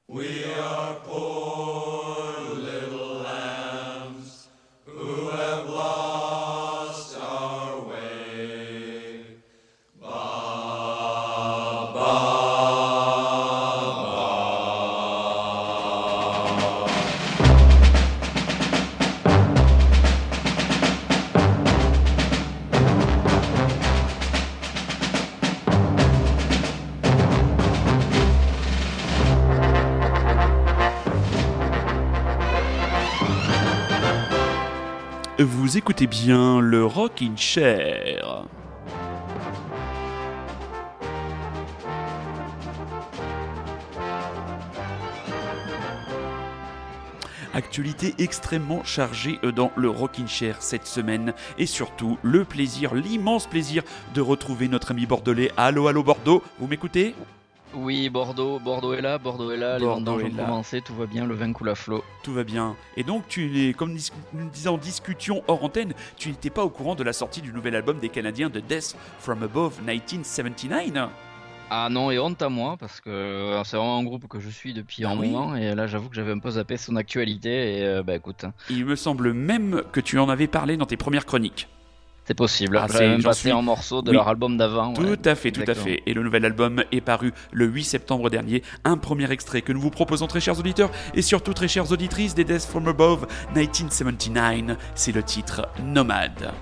We are poor little lambs who have lost our way. Ba, ba, Vous écoutez bien le Rockin' Chair. Actualité extrêmement chargée dans le Rockin' Chair cette semaine et surtout le plaisir, l'immense plaisir de retrouver notre ami bordelais. Allô, allô Bordeaux, vous m'écoutez ? Oui, Bordeaux est là, les vendanges ont commencé, tout va bien, le vin coule à flot. Tout va bien. Et donc, comme nous en discutions hors antenne, tu n'étais pas au courant de la sortie du nouvel album des Canadiens de Death From Above 1979 ? Ah non, et honte à moi, parce que c'est vraiment un groupe que je suis depuis un moment, et là j'avoue que j'avais un peu zappé son actualité, et écoute. Il me semble même que tu en avais parlé dans tes premières chroniques. C'est possible, j'avais même passé un morceau de leur album d'avant. Tout à fait. Et le nouvel album est paru le 8 septembre dernier. Un premier extrait que nous vous proposons, très chers auditeurs, et surtout très chères auditrices des Death From Above 1979. C'est le titre Nomade.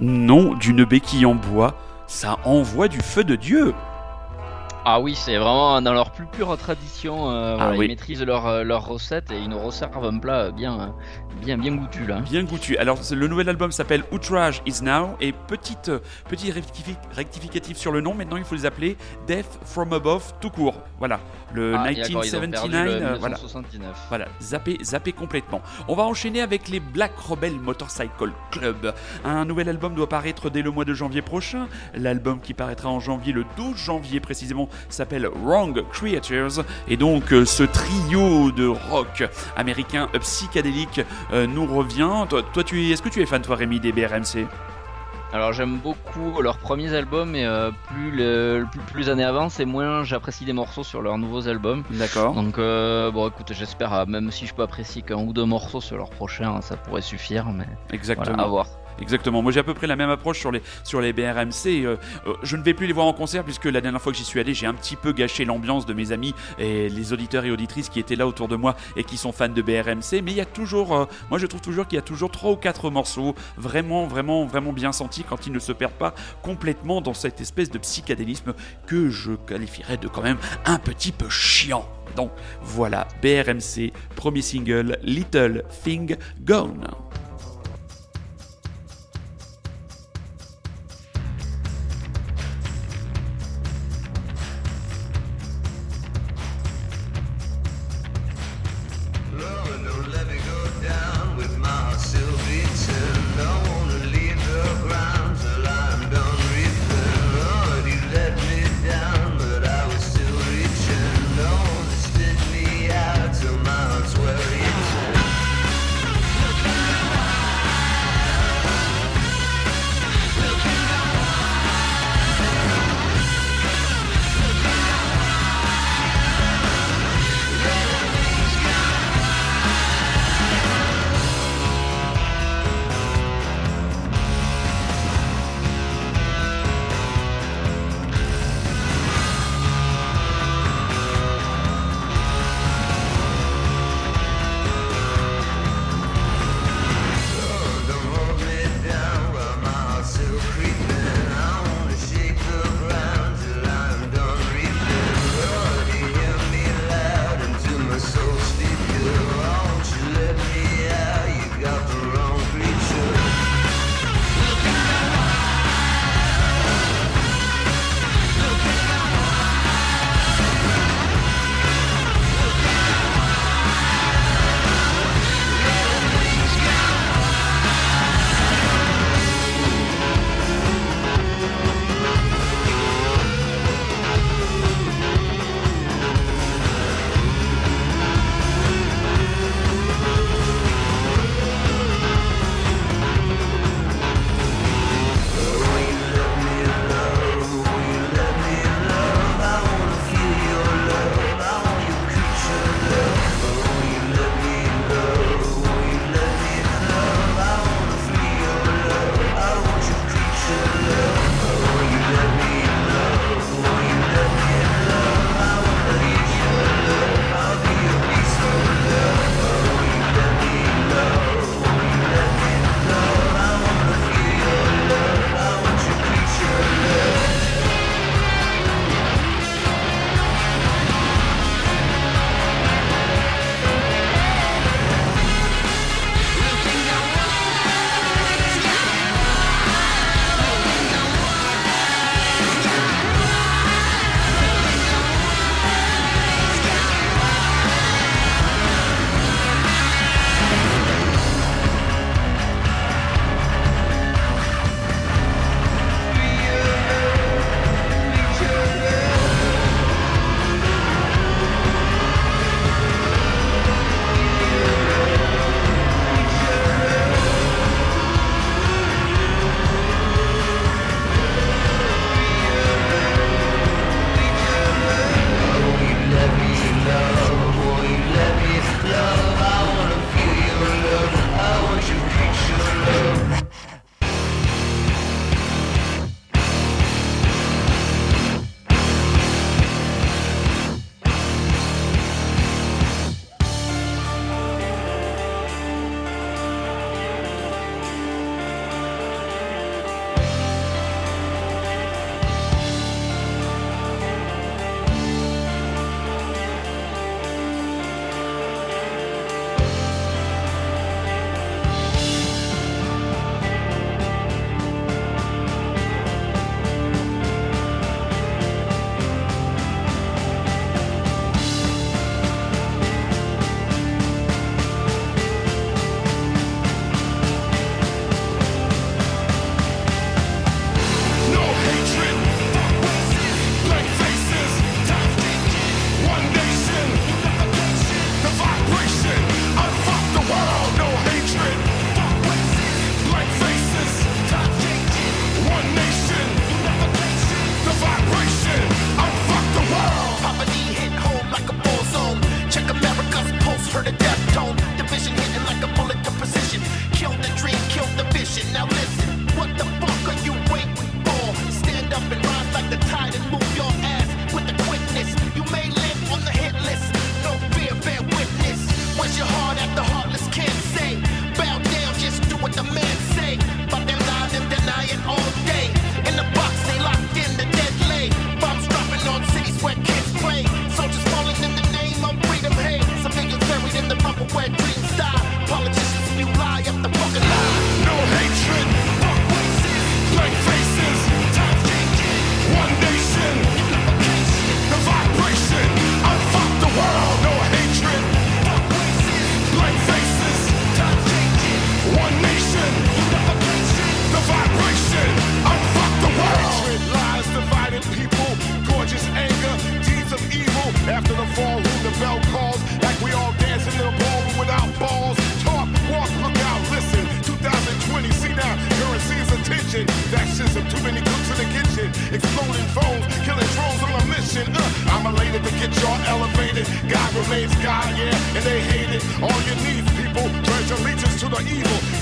Non, d'une béquille en bois, ça envoie du feu de Dieu. Ah oui, c'est vraiment dans leur plus pure tradition. Voilà, oui. Ils maîtrisent leur recette et ils nous resservent un plat bien goûtu là. Bien goûtu. Alors, le nouvel album s'appelle Outrage Is Now. Et petit rectificatif sur le nom, maintenant il faut les appeler Death From Above tout court. Voilà, le D'accord, ils ont 1979. perdu le Voilà. 1979. Voilà, zappé complètement. On va enchaîner avec les Black Rebel Motorcycle Club. Un nouvel album doit paraître dès le mois de janvier prochain. L'album qui paraîtra en janvier, le 12 janvier précisément, s'appelle Wrong Creatures. Et donc ce trio de rock américain psychédélique nous revient. Est-ce que tu es fan, toi, Rémi, des BRMC ? Alors j'aime beaucoup leurs premiers albums et plus les années avancent et moins j'apprécie des morceaux sur leurs nouveaux albums. D'accord. Donc bon écoute, j'espère, même si je peux apprécier qu'un ou deux morceaux sur leur prochain, ça pourrait suffire, mais Exactement. voilà, à voir. Exactement, moi j'ai à peu près la même approche sur les BRMC. Je ne vais plus les voir en concert puisque la dernière fois que j'y suis allé, j'ai un petit peu gâché l'ambiance de mes amis et les auditeurs et auditrices qui étaient là autour de moi et qui sont fans de BRMC. Mais il y a toujours, moi je trouve toujours qu'il y a toujours 3 ou 4 morceaux vraiment bien sentis quand ils ne se perdent pas complètement dans cette espèce de psychédélisme que je qualifierais de quand même un petit peu chiant. Donc voilà, BRMC, premier single, Little Thing Gone.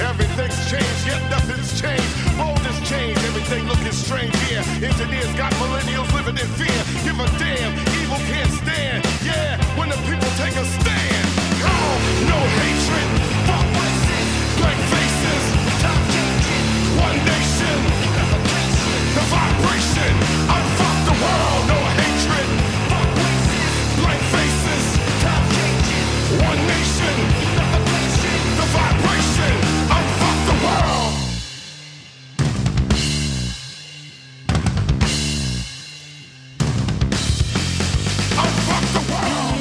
Everything's changed, yet nothing's changed. World has changed, everything looking strange here. Engineers got millennials living in fear. Give a damn, evil can't stand. Yeah, when the people take a stand. Oh, no hatred, fuck races, blank faces, top changing, one nation, the vibration, unfuck the world. No hatred, fuck races, blank faces, top changing, one nation, the vibration, unfuck the world. Unfuck the world.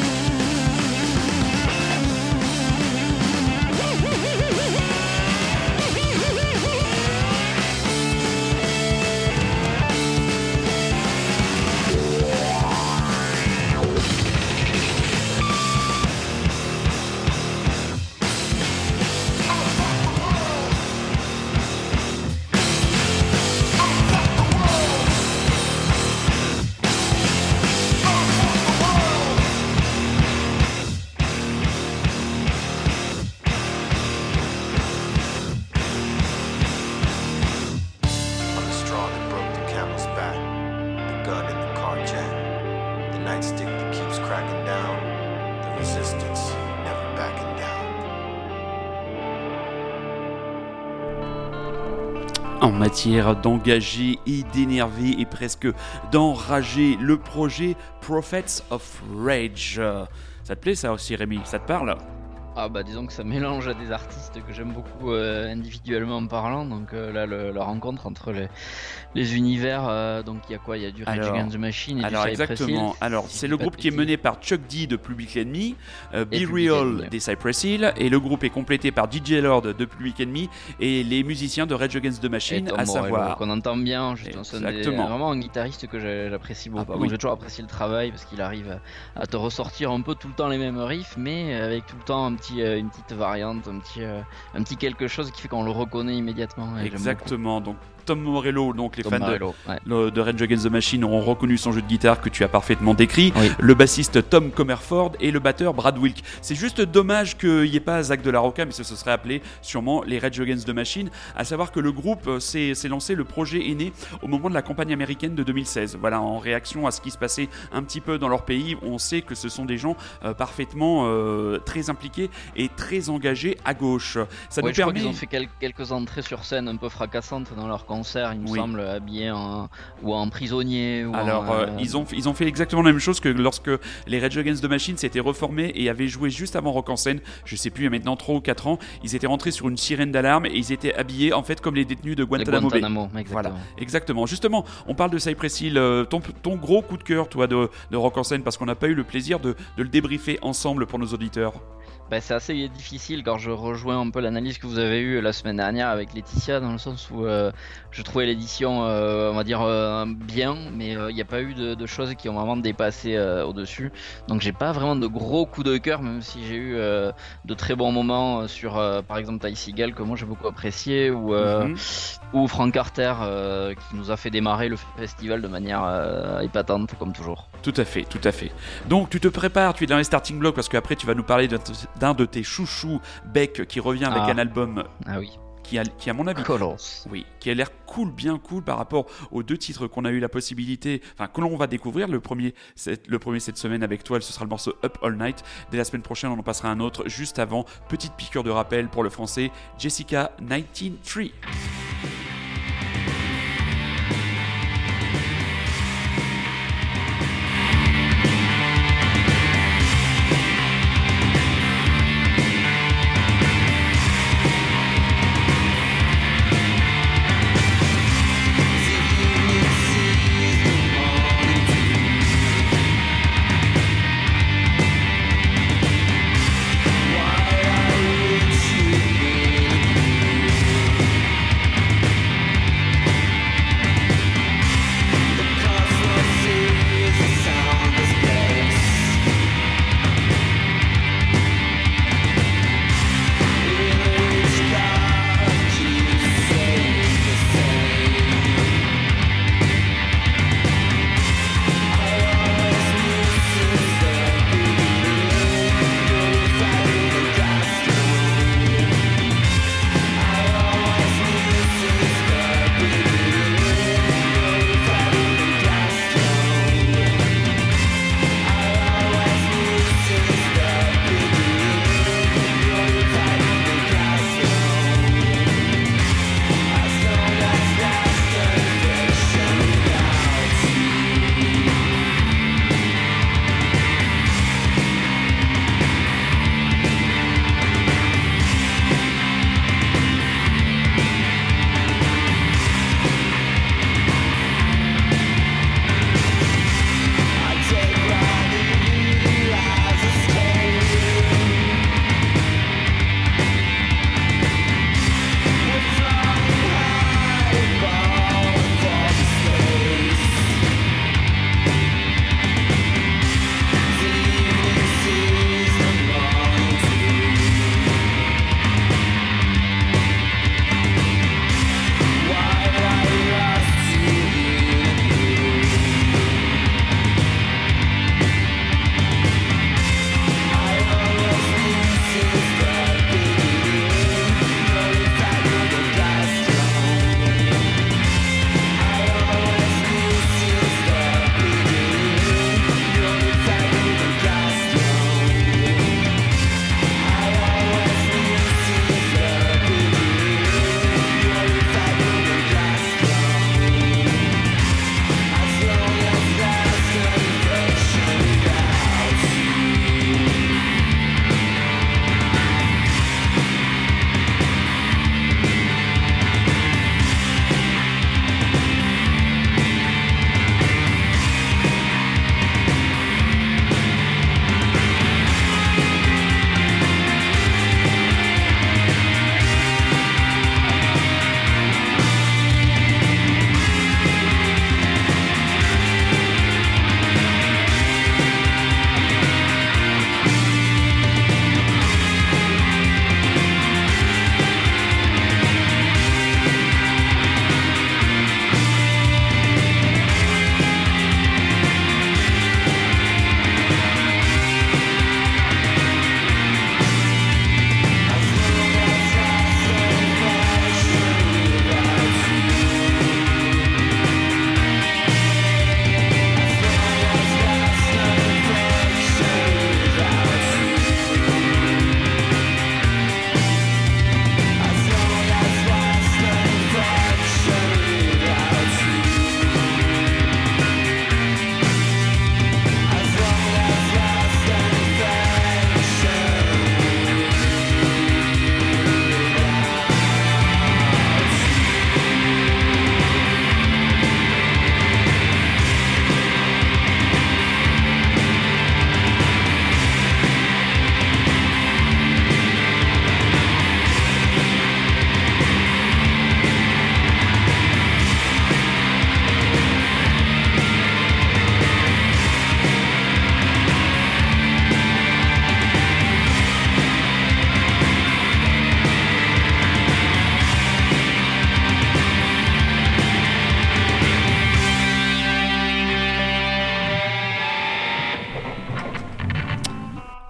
On the straw that broke the camel's back, the gun in the car jack, the nightstick that keeps cracking down, the resistance never backing down. En matière d'engager et d'énerver et presque d'enrager, le projet Prophets of Rage. Ça te plaît ça aussi, Rémi? Ça te parle? Ah bah disons que ça mélange à des artistes que j'aime beaucoup individuellement parlant, donc là la rencontre entre les univers, donc il y a quoi? Il y a du Rage Against the Machine et alors du Cypress Hill. exactement. Alors c'est le groupe qui est mené par Chuck D de Public Enemy, Be Real des Cypress Hill, et le groupe est complété par DJ Lord de Public Enemy et les musiciens de Rage Against the Machine, à savoir qu'on entend bien, c'est vraiment un guitariste que j'apprécie beaucoup. bah oui. J'ai toujours apprécié le travail parce qu'il arrive à te ressortir un peu tout le temps les mêmes riffs, mais avec tout le temps une petite variante, un petit quelque chose qui fait qu'on le reconnaît immédiatement. Exactement. Donc Tom Morello, donc les Tom fans Morello, de Rage Against the Machine auront reconnu son jeu de guitare que tu as parfaitement décrit, oui. Le bassiste Tom Comerford et le batteur Brad Wilk. C'est juste dommage qu'il n'y ait pas Zach de la Rocca, mais ça se serait appelé sûrement les Rage Against the Machine. À savoir que le groupe s'est lancé, le projet est né au moment de la campagne américaine de 2016. Voilà, en réaction à ce qui se passait un petit peu dans leur pays, on sait que ce sont des gens parfaitement très impliqués et très engagés à gauche. Ça nous je crois permet... qu'ils ont fait quelques entrées sur scène un peu fracassantes dans leur concert, il me semble, habillés en prisonnier. Ils ont fait exactement la même chose que lorsque les Rage Against the Machine s'étaient reformés et avaient joué juste avant Rock en scène, je sais plus, il y a maintenant 3 ou 4 ans, ils étaient rentrés sur une sirène d'alarme et ils étaient habillés en fait comme les détenus de Guantanamo Bay. Exactement. Voilà, exactement. Justement, on parle de Cypress Hill, ton gros coup de cœur, toi, de Rock en scène, parce qu'on n'a pas eu le plaisir de le débriefer ensemble pour nos auditeurs. C'est assez difficile quand je rejoins un peu l'analyse que vous avez eue la semaine dernière avec Laetitia, dans le sens où je trouvais l'édition, on va dire, bien, mais il n'y a pas eu de choses qui ont vraiment dépassé au-dessus. Donc j'ai pas vraiment de gros coups de cœur, même si j'ai eu de très bons moments sur, par exemple, Ty Segall, que moi j'ai beaucoup apprécié, ou Frank Carter, qui nous a fait démarrer le festival de manière épatante, comme toujours. Tout à fait. Donc tu te prépares, tu es dans les starting blocks, parce qu'après tu vas nous parler d'un de tes chouchous, Beck, qui revient avec un album qui à mon avis, qui a l'air bien cool par rapport aux 2 titres qu'on a eu la possibilité, que l'on va découvrir. Le premier cette semaine avec toi, ce sera le morceau Up All Night. Dès la semaine prochaine, on en passera un autre. Juste avant, petite piqûre de rappel pour le français, Jessica 193.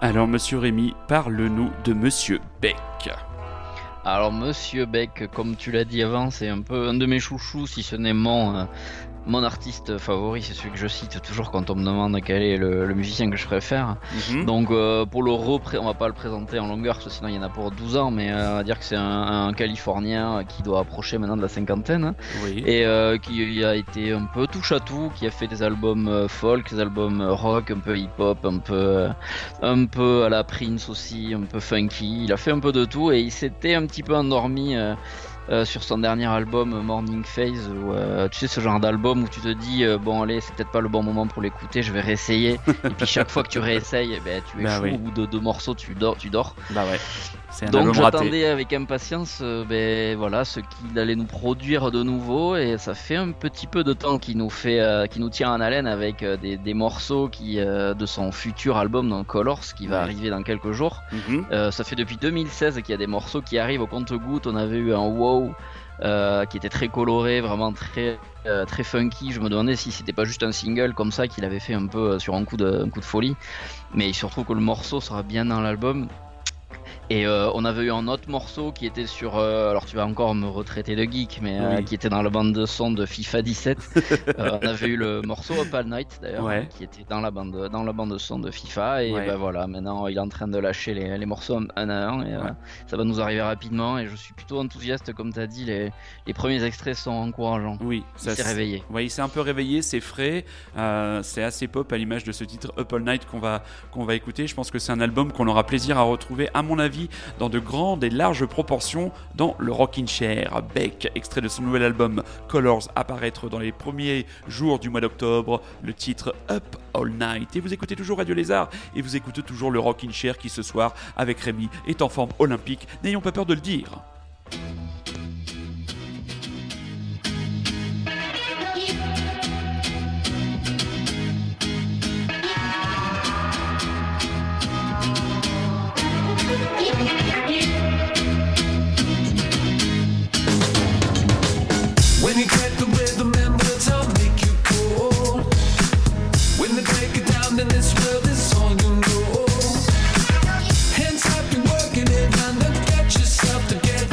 Alors Monsieur Rémi, parle-nous de Monsieur Beck. Alors Monsieur Beck, comme tu l'as dit avant, c'est un peu un de mes chouchous, si ce n'est mon artiste favori, c'est celui que je cite toujours quand on me demande quel est le musicien que je préfère. Donc pour on va pas le présenter en longueur parce que sinon il y en a pour 12 ans, mais on va dire que c'est un Californien qui doit approcher maintenant de la cinquantaine, Oui. et qui a été un peu touche à tout, qui a fait des albums folk, des albums rock, un peu hip-hop, un peu à la Prince aussi, un peu funky. Il a fait un peu de tout et il s'était un petit peu endormi sur son dernier album Morning Phase, où tu sais, ce genre d'album où tu te dis bon allez, c'est peut-être pas le bon moment pour l'écouter, je vais réessayer, et puis chaque fois que tu réessayes, tu échoues, oui. au bout de 2 morceaux tu dors. Bah ouais, c'est un Donc album raté. j'attendais avec impatience voilà, ce qu'il allait nous produire de nouveau, et ça fait un petit peu de temps qu'il nous tient en haleine avec des morceaux de son futur album, donc Colors, qui va arriver dans quelques jours. Ça fait depuis 2016 qu'il y a des morceaux qui arrivent au compte-gouttes. On avait eu un Wow qui était très coloré, vraiment très funky. Je me demandais si c'était pas juste un single comme ça qu'il avait fait un peu sur un coup de folie, mais il se retrouve que le morceau sera bien dans l'album. Et on avait eu un autre morceau qui était sur, alors tu vas encore me retraiter de geek, mais Oui. qui était dans la bande de son de FIFA 17. On avait eu le morceau Up All Night d'ailleurs, Ouais. qui était dans la bande de son de FIFA. Et Ouais. voilà, maintenant il est en train de lâcher les morceaux un à un, et ça va nous arriver rapidement. Et je suis plutôt enthousiaste, comme tu as dit, les premiers extraits sont encourageants. Oui, Il s'est réveillé. Ouais, il s'est un peu réveillé, c'est frais, c'est assez pop à l'image de ce titre Up All Night qu'on va écouter. Je pense que c'est un album qu'on aura plaisir à retrouver, à mon avis, dans de grandes et larges proportions dans le Rockin' Chair. Beck, extrait de son nouvel album Colors, apparaître dans les premiers jours du mois d'octobre, le titre Up All Night. Et vous écoutez toujours Radio Lézard, et vous écoutez toujours le Rockin' Chair qui ce soir, avec Rémi, est en forme olympique, n'ayons pas peur de le dire. When you get the rhythm and words I'll make you cool. When they break it down, then this world is all you know. Hands up, you're working it, and then get yourself together.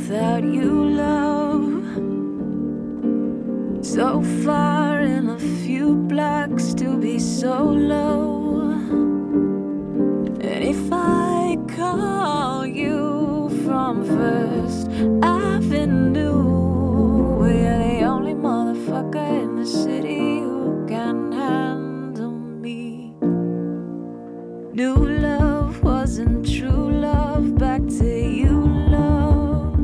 without you, love. So far in a few blocks to be so low. And if I call you from First Avenue, we're the only motherfucker in the city who can handle me. New love wasn't true love, back to you, love.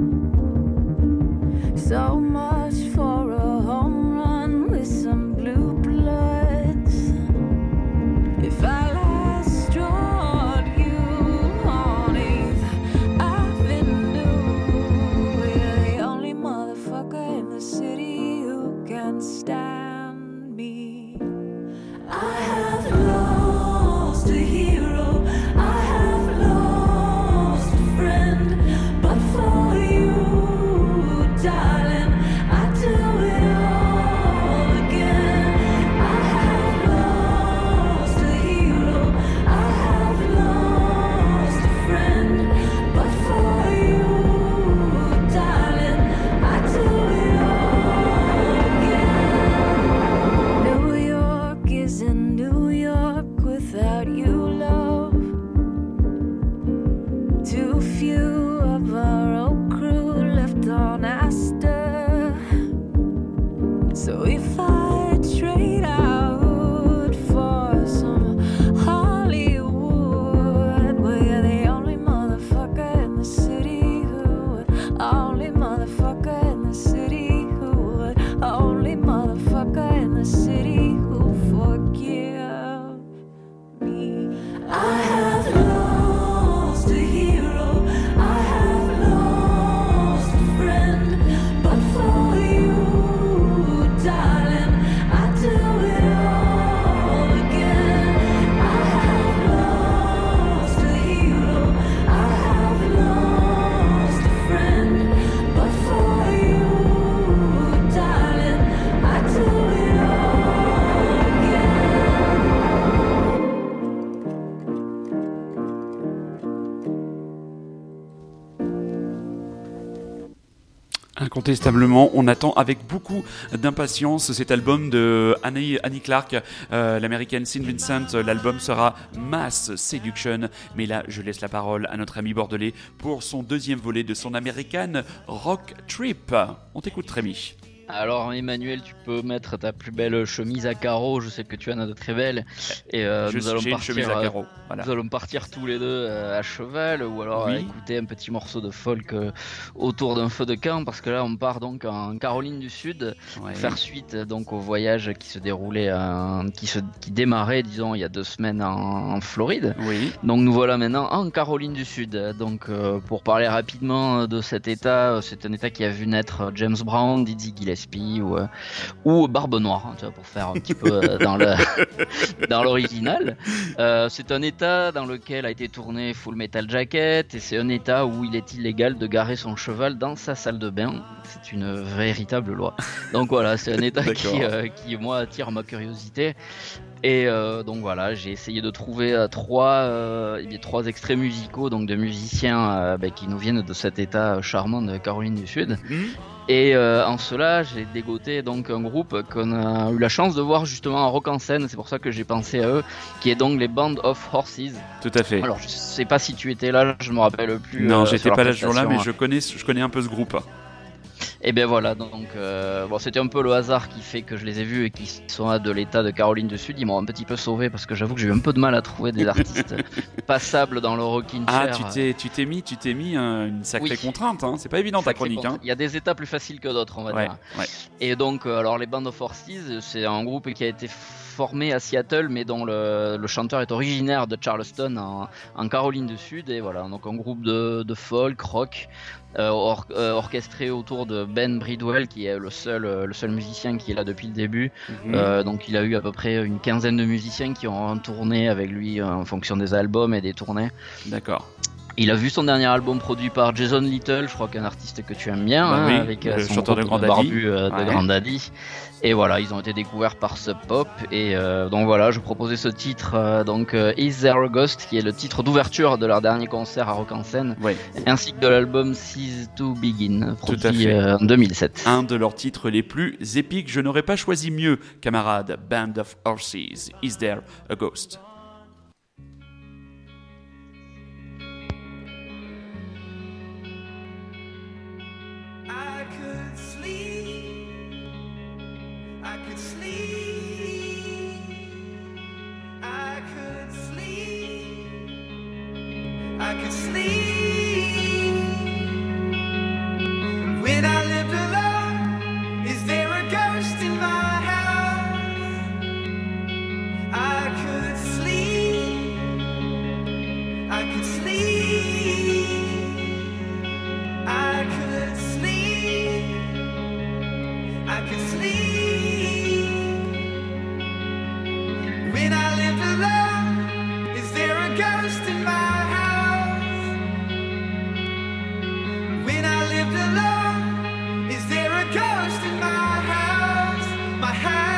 So much for a home run with some blue bloods. If I last drawed you on 8th Avenue, we're the only motherfucker in the city who can stand me. I have lost a hero, I have lost a friend, but for you, darling, I do it all again. I have lost a hero, I have lost a friend, but for you, darling, I do it all again. New York isn't New York without you, love. Too few of our old crew left on Astor. So if I trade out for some Hollywood, we're the only motherfucker in the city who would, only motherfucker in the city who would, only motherfucker in the city who forgive me. I have lost a hero, I have lost a friend, but for you, darling, I do it all again. I have lost a hero, I have lost a friend, but for you, darling, I do it all again. Incontestablement, on attend avec beaucoup d'impatience cet album de Annie Clark, l'américaine St. Vincent. L'album sera Mass Seduction, mais là je laisse la parole à notre ami bordelais pour son deuxième volet de son American Rock Trip. On t'écoute, Rémi. Alors Emmanuel, tu peux mettre ta plus belle chemise à carreaux, je sais que tu en as de très belles. Et nous allons j'ai une chemise à carreaux. Voilà. Nous allons partir tous les deux à cheval, ou alors Oui. écouter un petit morceau de folk autour d'un feu de camp, parce que là on part donc en Caroline du Sud, Ouais. faire suite donc au voyage qui se déroulait, qui démarrait disons il y a 2 semaines en Floride. Oui. Donc nous voilà maintenant en Caroline du Sud. Donc pour parler rapidement de cet état, c'est un état qui a vu naître James Brown, Dizzy Gillespie ou Barbe Noire, hein, tu vois, pour faire un petit peu dans l'original. C'est un état dans lequel a été tourné Full Metal Jacket, et c'est un état où il est illégal de garer son cheval dans sa salle de bain. C'est une véritable loi. Donc voilà, c'est un état qui moi attire ma curiosité. Et donc voilà, j'ai essayé de trouver trois extraits musicaux, donc de musiciens qui nous viennent de cet état charmant de Caroline du Sud. Et en cela, j'ai dégoté donc un groupe qu'on a eu la chance de voir justement en Rock en scène, c'est pour ça que j'ai pensé à eux, qui est donc les Band of Horses. Tout à fait. Alors je sais pas si tu étais là, je me rappelle plus. Non, j'étais sur pas leur là ce jour-là, mais prestation. je connais un peu ce groupe. Et bien voilà, donc bon, c'était un peu le hasard qui fait que je les ai vus et qui sont de l'état de Caroline du Sud. Ils m'ont un petit peu sauvé parce que j'avoue que j'ai eu un peu de mal à trouver des artistes passables dans le rocking chair. Ah, tu t'es mis une sacrée contrainte, hein. C'est pas évident ta chronique. Hein. Il y a des états plus faciles que d'autres, on va dire. Ouais. Et donc, alors les Band of Horses, c'est un groupe qui a été formé à Seattle, mais dont le chanteur est originaire de Charleston en Caroline du Sud. Et voilà, donc un groupe de folk, rock, orchestré autour de Ben Bridwell, qui est le seul musicien qui est là depuis le début. Donc il a eu à peu près une quinzaine de musiciens qui ont tourné avec lui en fonction des albums et des tournées. D'accord. Il a vu son dernier album produit par Jason Little, je crois qu'un artiste que tu aimes bien, Bah oui, avec le son chanteur de groupe Grand Daddy. barbu de Ouais. Grand Daddy. Et voilà, ils ont été découverts par Sub Pop. Et donc voilà, je proposais ce titre, Is There a Ghost, qui est le titre d'ouverture de leur dernier concert à Rock en Seine, Ouais. ainsi que de l'album Cease to Begin, Tout à produit fait. en 2007. Un de leurs titres les plus épiques, je n'aurais pas choisi mieux, camarade. Band of Horses, Is There a Ghost? I could sleep. I could sleep. I could sleep. I could sleep. When I lived alone, is there a ghost in my house? I could sleep. I could sleep. I could sleep. I could sleep. When I lived alone, is there a ghost in my house? When I lived alone, is there a ghost in my house? My house.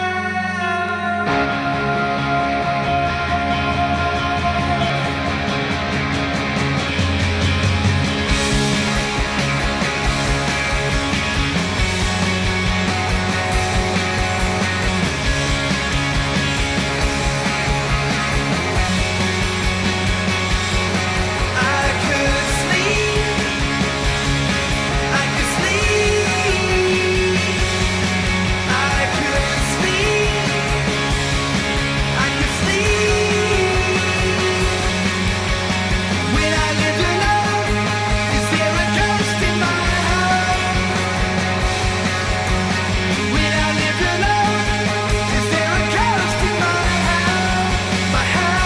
I could sleep. I could sleep. I could sleep. I could sleep. When I lived alone, is there a ghost in my house? When I lived alone, is there a ghost in my house? My house.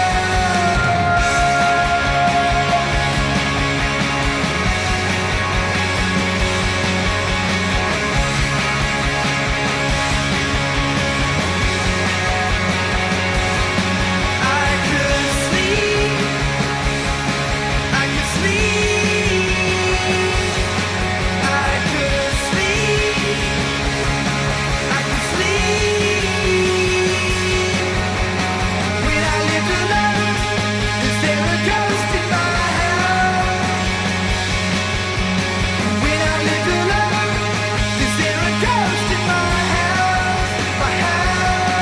I could sleep. I could sleep. I could sleep. I could sleep. When I lived alone, is there a ghost in my house? When I lived alone, is there a ghost in my house? My house.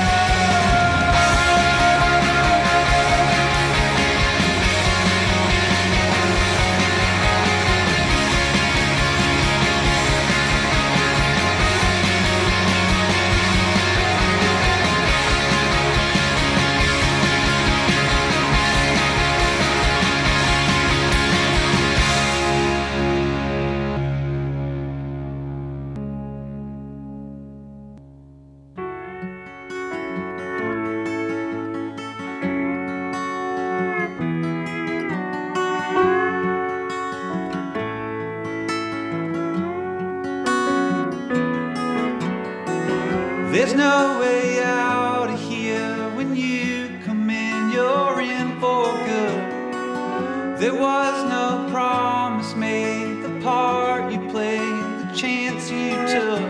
There's no way out of here. When you come in, you're in for good. There was no promise made. The part you played, the chance you took.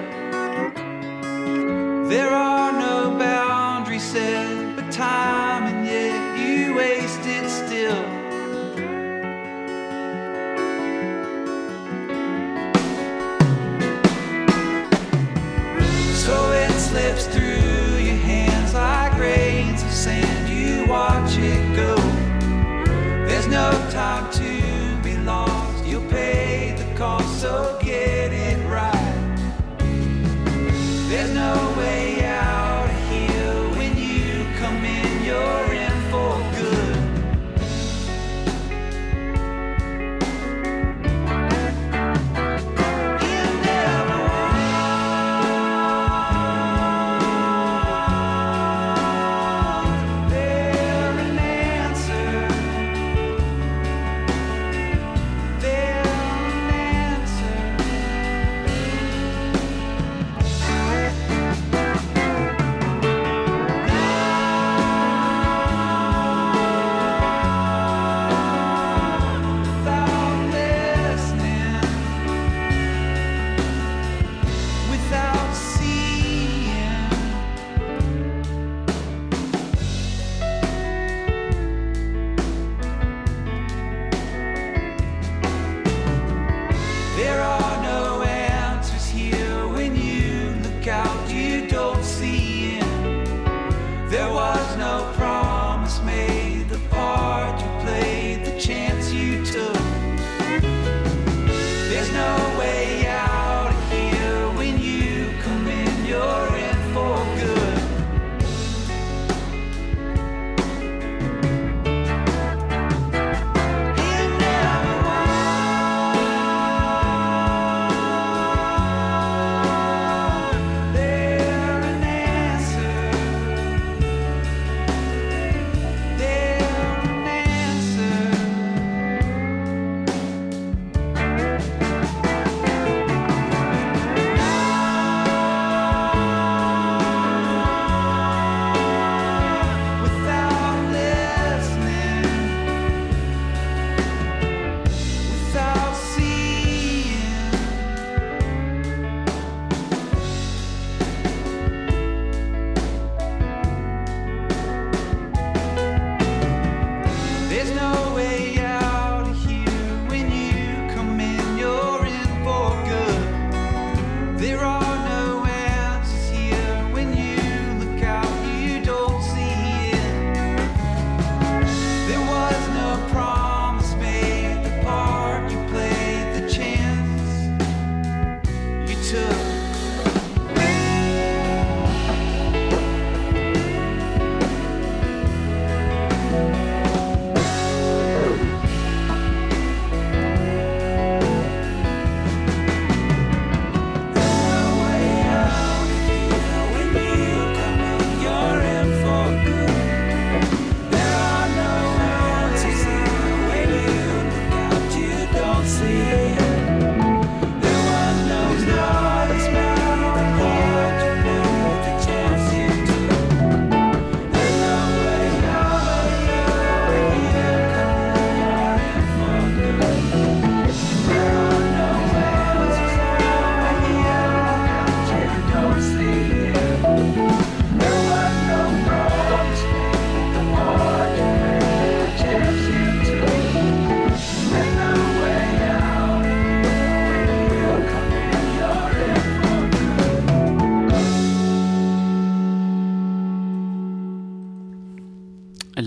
There are no boundaries set, but time, and yet you waste it still. So it slips through your hands like sand, you watch it go. There's no time to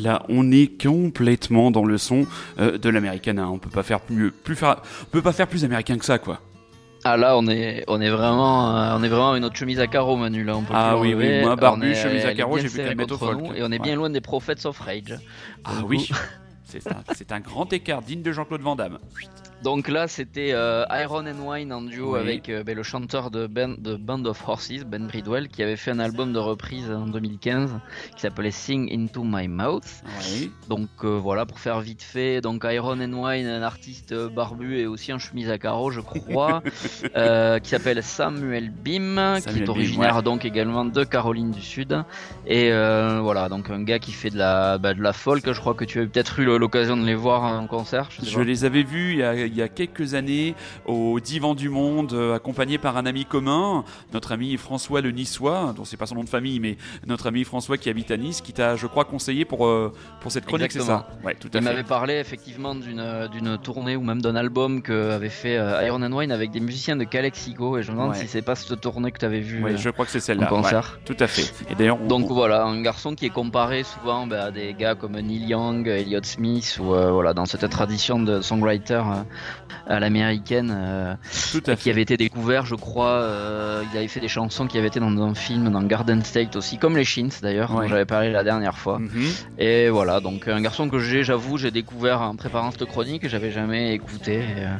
Là, on est complètement dans le son de l'Americana. On peut pas faire on peut pas faire plus américain que ça, quoi. Ah là, on est vraiment une autre chemise à carreaux, Manu. Là, on peut Ah plus oui, l'enlever. moi, barbu, On est- chemise à elle est carreaux, bien j'ai vu qu'à serrée mettre au contre folk. nous, et on est bien loin des Prophets of Rage. Ah Pour le oui, coup. c'est un grand écart digne de Jean-Claude Van Damme. Donc là, c'était Iron and Wine en duo Oui. avec le chanteur de Band of Horses, Ben Bridwell, qui avait fait un album de reprise en 2015 qui s'appelait Sing Into My Mouth. Oui. Donc voilà, pour faire vite fait, donc Iron and Wine, un artiste barbu et aussi en chemise à carreaux, je crois, qui s'appelle Samuel Beam, qui Samuel est Beam, originaire ouais. donc également de Caroline du Sud. Et voilà, donc un gars qui fait de la folk. Je crois que tu as peut-être eu l'occasion de les voir en concert. Je sais Je pas. les avais vus il y a quelques années au Divan du Monde, accompagné par un ami commun, notre ami François le Niçois, dont c'est pas son nom de famille, mais notre ami François qui habite à Nice, qui t'a, je crois, conseillé pour cette chronique, Exactement. c'est ça? Ouais, tout à Il fait. m'avait parlé effectivement d'une tournée ou même d'un album qu'avait fait Iron and Wine avec des musiciens de Calexico, et je me demande Ouais. si c'est pas cette tournée que tu avais vue. Ouais, je crois que c'est celle-là. en concert. Ouais, tout à fait. Et d'ailleurs, Donc voilà, un garçon qui est comparé souvent à des gars comme Neil Young, Elliott Smith, ou voilà, dans cette tradition de songwriter à l'américaine, tout à qui fait. avait été découvert, je crois. Il avait fait des chansons qui avaient été dans un film, dans Garden State aussi, comme les Shins d'ailleurs, Ouais. dont j'avais parlé la dernière fois. Mhm. Et voilà, donc un garçon que j'ai découvert en préparant cette chronique, que j'avais jamais écouté.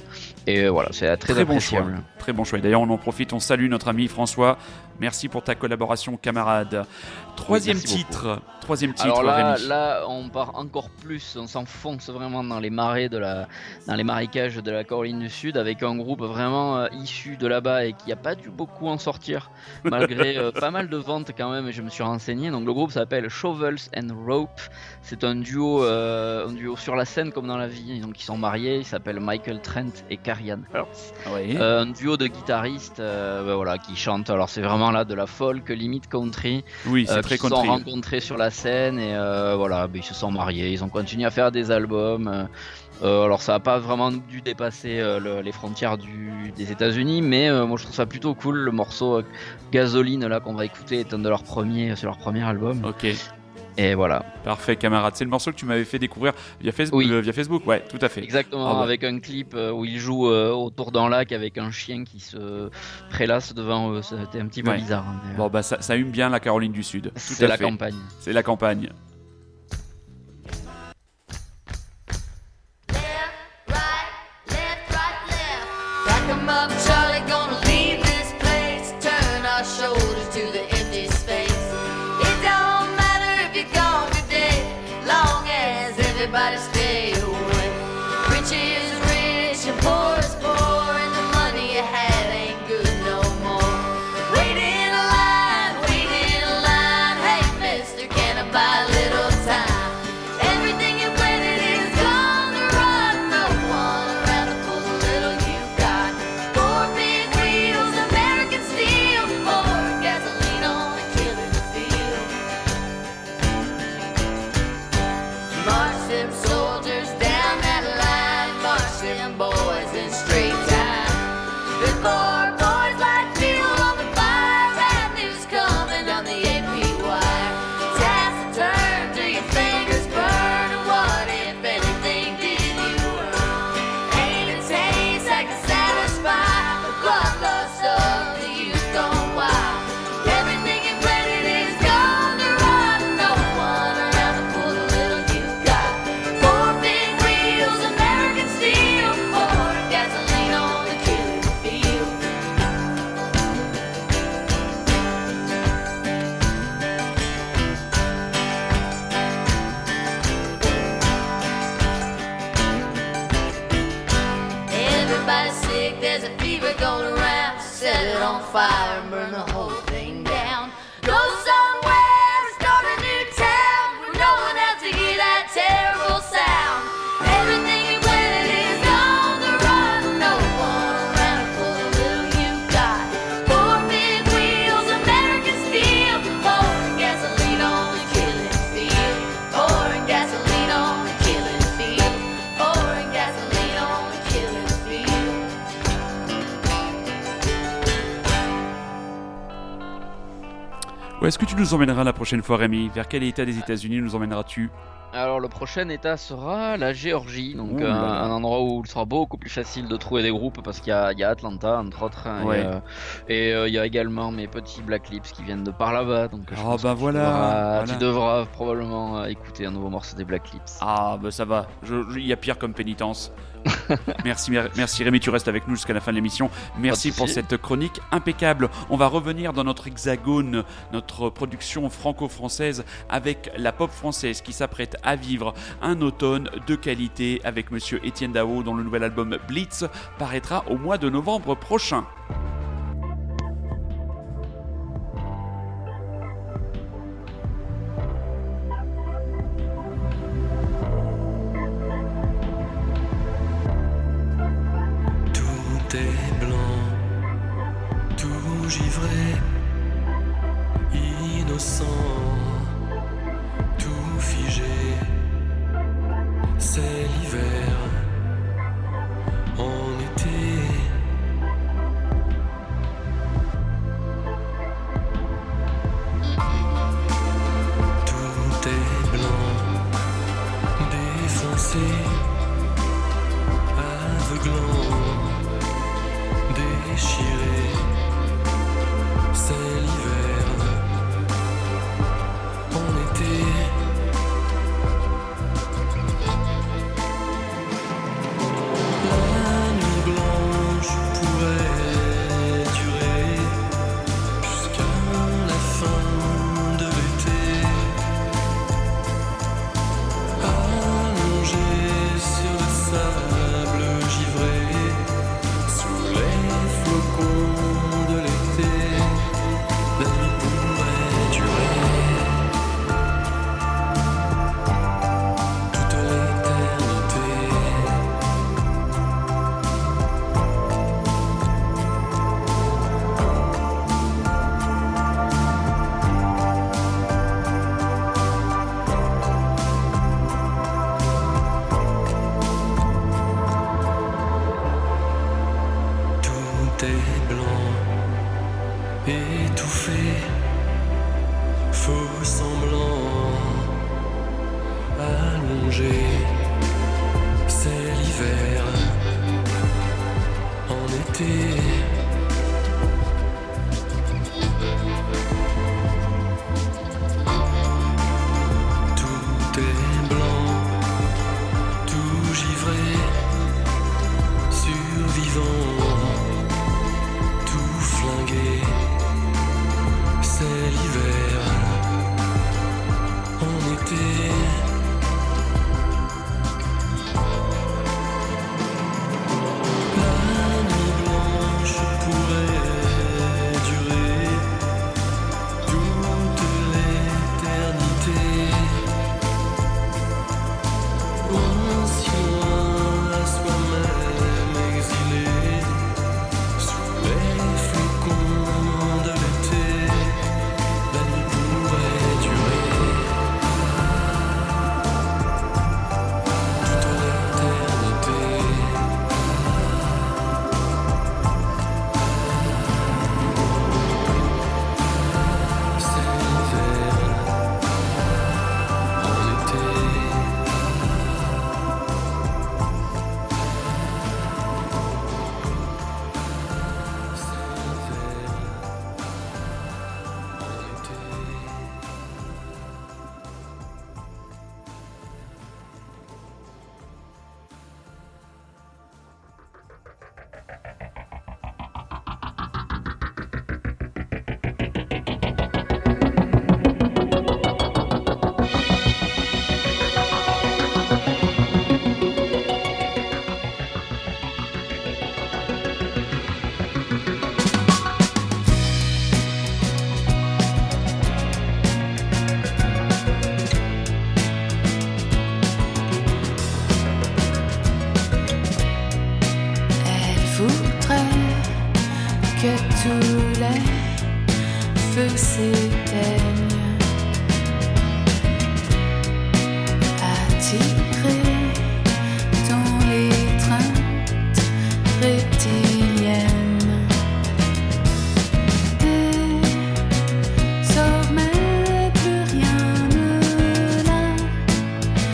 Et voilà, c'est très Très bon choix. appréciable. Très bon choix. Et d'ailleurs, on en profite, on salue notre ami François. Merci pour ta collaboration, camarade. Troisième merci titre, Alors là, Rémi. on part encore plus, on s'enfonce vraiment dans les marais dans les marécages de la Caroline du Sud, avec un groupe vraiment issu de là-bas et qui a pas dû beaucoup en sortir, malgré pas mal de ventes quand même. Et je me suis renseigné. Donc le groupe s'appelle Shovels and Rope. C'est un duo sur la scène comme dans la vie. Donc ils sont mariés. Ils s'appellent Michael Trent et Karian Hurst. Oui. Un duo de guitaristes, voilà, qui chantent. Alors c'est vraiment là de la folk, limite country. Oui, c'est très Qui se sont country. rencontrés sur la scène et voilà, ils se sont mariés, ils ont continué à faire des albums. Alors ça n'a pas vraiment dû dépasser les frontières des États-Unis, mais moi je trouve ça plutôt cool. Le morceau Gasoline là qu'on va écouter est un de leurs premiers sur leur premier album. Ok, Et voilà, parfait, camarade. C'est le morceau que tu m'avais fait découvrir via Facebook. Oui. Via Facebook, ouais, tout à fait. exactement, Ah bah. avec un clip où ils jouent autour d'un lac avec un chien qui se prélasse devant eux. C'était un petit peu Ouais. bizarre. Hein, mais, Bon, bah ça hume bien la Caroline du Sud. Tout c'est à la fait. campagne. C'est la campagne. Back 'em up, Charlie, gonna leave this place. Turn our shoulders to the empty space. It don't matter if you're gone today, long as everybody stay away. Rich is rich and poor is poor, and the money you had ain't good no more. Wait in line, hey mister, can I buy a little time? Everything you planted is gonna run, no one around to pull the little you got. Four big wheels, American steel, more gasoline on the killing field. March them soldiers down that line, march them boys in straight time. There's more boys like fuel on the fire, bad news coming down the AP wire. Task to turn till your fingers burn, and what if anything did you earn? Ain't a taste that can satisfy the bloodlust of the youth gone wild. Everything you planted is gone to run, no one around to pull the little you got. Four big wheels, American steel, more gasoline on the killing field. Everybody's sick, there's a fever going around. Set it on fire and burn the whole thing down. Go somewhere, start a new town, where no one else to hear that terrible sound. Everything you planted is on the run, no one around to pull the little you got. Four big wheels, American steel, pouring gasoline on the killing field. Pouring gasoline on the killing field. Pouring gasoline on the killing field. Où est-ce que tu nous emmèneras la prochaine fois, Rémi? Vers quel état des États-Unis nous emmèneras-tu? Alors le prochain état sera la Géorgie, donc Ouh là là. un endroit où il sera beaucoup plus facile de trouver des groupes parce qu'il y a Atlanta entre autres hein, Ouais. et il y a également mes petits Black Lips qui viennent de par là-bas, donc je Ah, pense bah que voilà. tu devras probablement écouter un nouveau morceau des Black Lips. Ah bah ça va, il y a pire comme pénitence. Merci Rémi, tu restes avec nous jusqu'à la fin de l'émission. Merci Pas de pour souci. cette chronique impeccable. On va revenir dans notre hexagone, notre production franco-française avec la pop française qui s'apprête à vivre un automne de qualité avec monsieur Étienne Dao dont le nouvel album Blitz paraîtra au mois de novembre prochain. Tout est blanc, tout givré, innocent, tout figé. C'est l'hiver, en été. Tout est blanc, défoncé, aveuglant. Déchiré, c'est l'hiver, en été. La nuit blanche pourrait durer jusqu'à la fin de l'été. Allongé sur le sable givré. Sous les flocons de l'été, la nuit pourrait durer toute l'éternité. Tout est blanc, étouffé, faux semblant, allongé. C'est l'hiver, en été. Tout est blanc, tout givré, survivant. Tout flingué, c'est l'hiver, en été. La nuit blanche pourrait durer toute l'éternité. Loin, si loin, à soi-même exilé. Sous les flocons de l'été, la nuit pourrait durer toute l'éternité. C'est l'hiver, en été. Elle voudrait que tous les feux s'éteignent, attirés dans l'étreinte reptilienne. Désormais plus rien ne la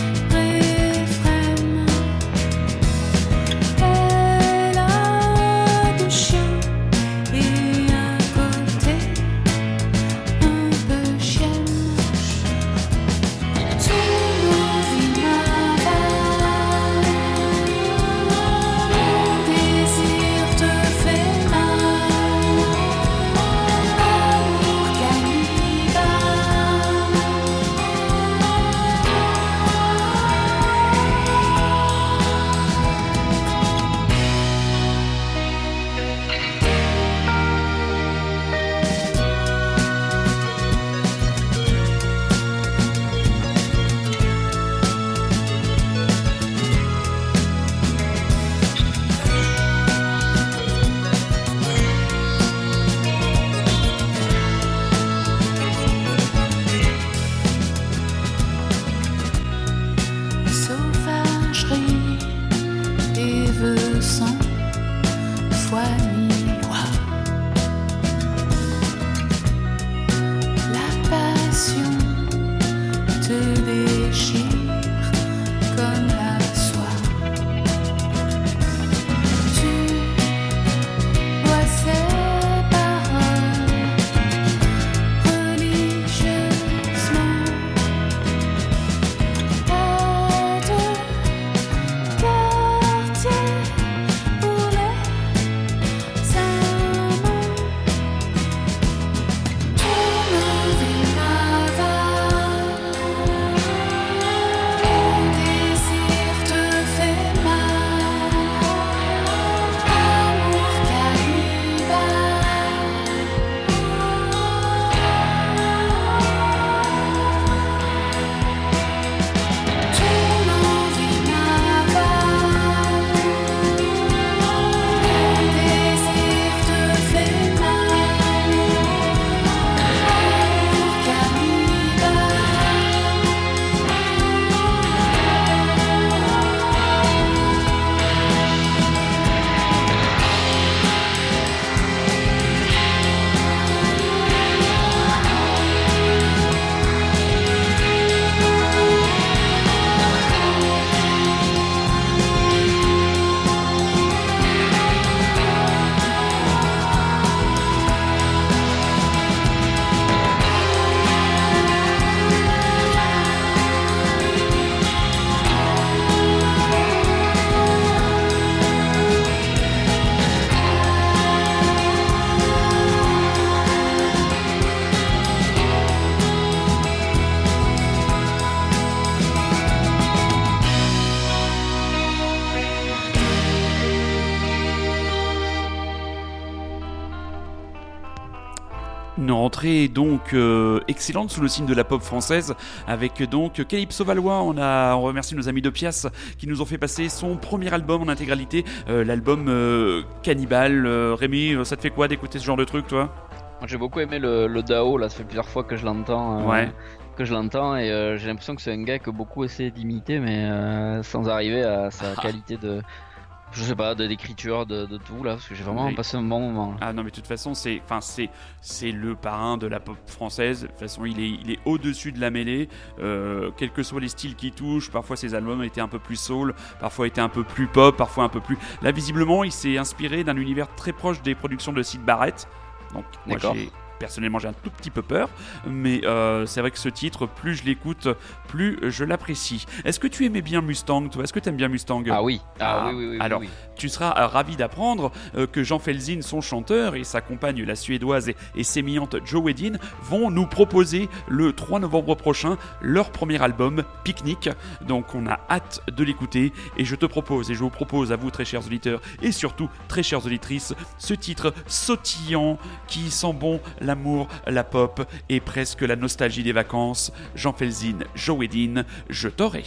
Une rentrée donc excellente sous le signe de la pop française avec donc Calypso Valois. On remercie nos amis de Pias qui nous ont fait passer son premier album en intégralité, l'album Cannibal. Rémi, ça te fait quoi d'écouter ce genre de truc, toi ? Moi, j'ai beaucoup aimé le Dao, là, ça fait plusieurs fois que je l'entends. Ouais. Et j'ai l'impression que c'est un gars que beaucoup essaient d'imiter, mais sans arriver à sa qualité de, je sais pas, d'écriture, de tout là, parce que j'ai vraiment passé un bon moment. Ah non, mais de toute façon, c'est le parrain de la pop française. De toute façon, il est au-dessus de la mêlée, quels que soient les styles qu'il touche. Parfois, ses albums étaient un peu plus soul, parfois étaient un peu plus pop, parfois un peu plus. Là, visiblement, il s'est inspiré d'un univers très proche des productions de Syd Barrett. Donc, moi, personnellement, j'ai un tout petit peu peur, mais c'est vrai que ce titre, plus je l'écoute, plus je l'apprécie. Est-ce que tu aimais bien Mustang, toi ? Est-ce que tu aimes bien Mustang ? Ah oui. Oui. Alors, tu seras ravi d'apprendre que Jean Felzin, son chanteur, et sa compagne, la suédoise et sémillante Jo Wedin, vont nous proposer le 3 novembre prochain leur premier album, Picnic. Donc, on a hâte de l'écouter, et je vous propose à vous, très chers auditeurs, et surtout, très chères auditrices, ce titre sautillant qui sent bon l'amour, la pop et presque la nostalgie des vacances. Jean Felzin, Jo Wedin, Je t'aurai.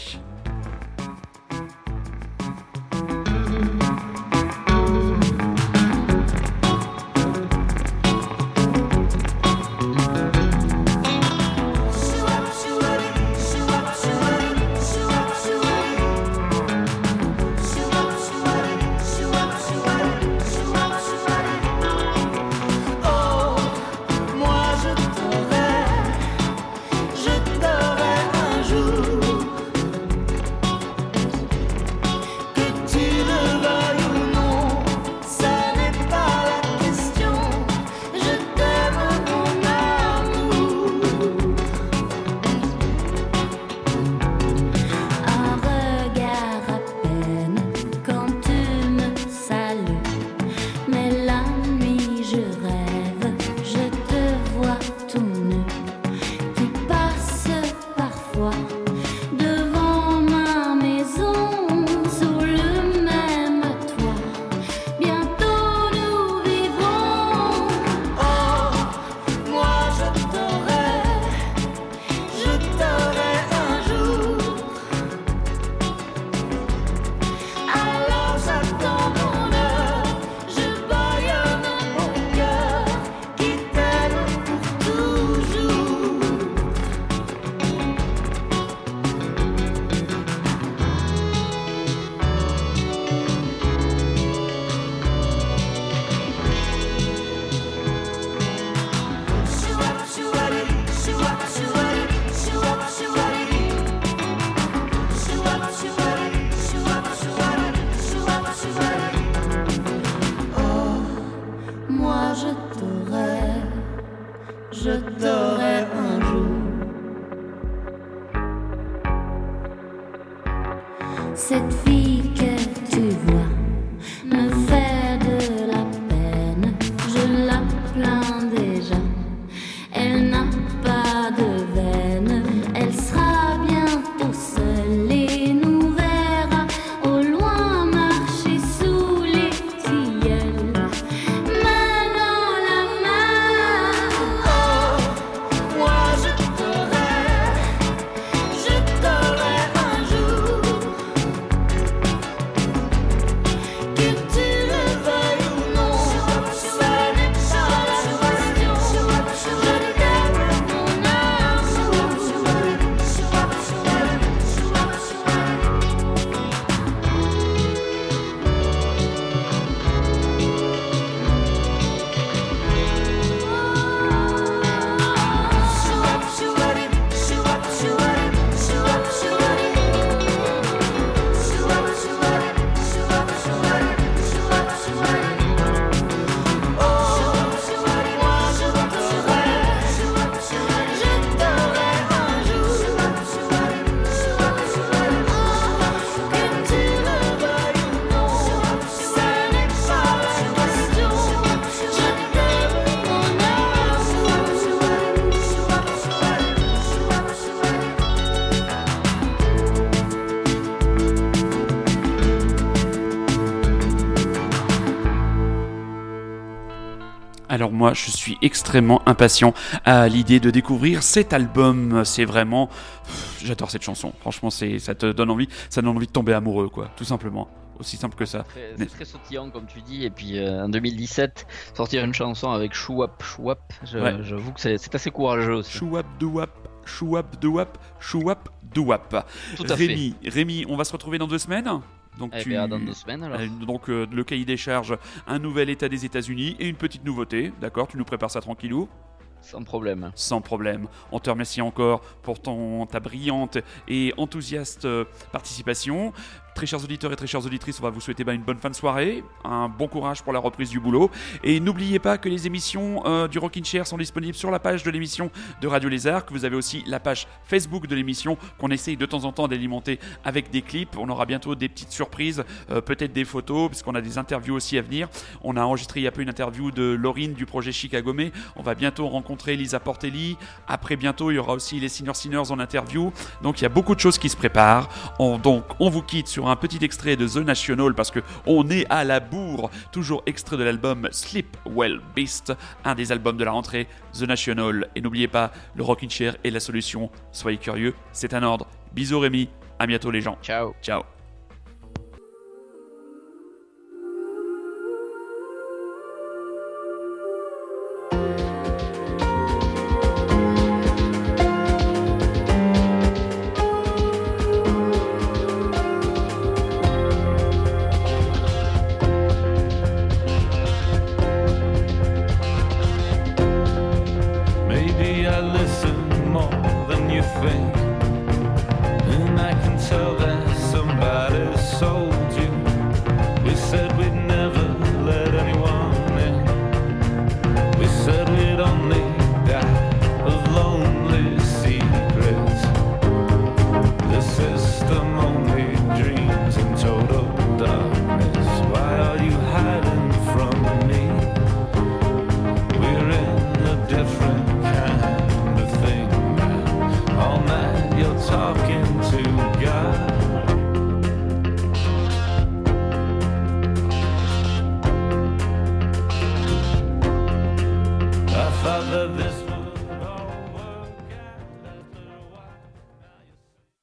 Je t'aurai un jour. Cette fille que tu vois me fait de la peine. Je la plains déjà. Elle n'a pas de veine. Elle sera bientôt seule et nous verra au loin marcher sous les tilleuls. Main dans la main. Oh, moi je t'aurai un jour. Alors moi, je suis extrêmement impatient à l'idée de découvrir cet album. C'est vraiment... J'adore cette chanson. Franchement, ça te donne envie, ça donne envie de tomber amoureux, quoi. Tout simplement. Aussi simple que ça. C'est très sautillant comme tu dis, et puis en 2017, sortir une chanson avec Chouap, j'avoue que c'est assez courageux aussi. Chouap, douap, chouap, douap, chouap, douap. Tout à Rémi, on va se retrouver dans 2 semaines. Donc dans 2 semaines alors. Donc le cahier des charges, un nouvel état des États-Unis et une petite nouveauté, d'accord? Tu nous prépares ça tranquillou? Sans problème. Sans problème. On te remercie encore pour ta brillante et enthousiaste participation. Très chers auditeurs et très chères auditrices, on va vous souhaiter une bonne fin de soirée, un bon courage pour la reprise du boulot. Et n'oubliez pas que les émissions du Rockin' Chair sont disponibles sur la page de l'émission de Radio Lézard, que vous avez aussi la page Facebook de l'émission qu'on essaye de temps en temps d'alimenter avec des clips. On aura bientôt des petites surprises, peut-être des photos, puisqu'on a des interviews aussi à venir. On a enregistré il y a peu une interview de Laurine du projet Chicago May. On va bientôt rencontrer Lisa Portelli. Après, bientôt, il y aura aussi les Sinners en interview. Donc, il y a beaucoup de choses qui se préparent. Donc, on vous quitte sur un petit extrait de The National parce qu'on est à la bourre. Toujours extrait de l'album Sleep Well Beast, un des albums de la rentrée, The National. Et n'oubliez pas, le Rockin' Chair est la solution. Soyez curieux, c'est un ordre. Bisous Rémi, à bientôt les gens. Ciao. Ciao. Maybe I listen more than you think, and I can tell that somebody sold you. We said we'd never let anyone in. We said we'd only die of lonely secrets. The system only dreams in total darkness. Why are you hiding from me? We're in a different kind of thing now. All night you're talking to God. I thought that this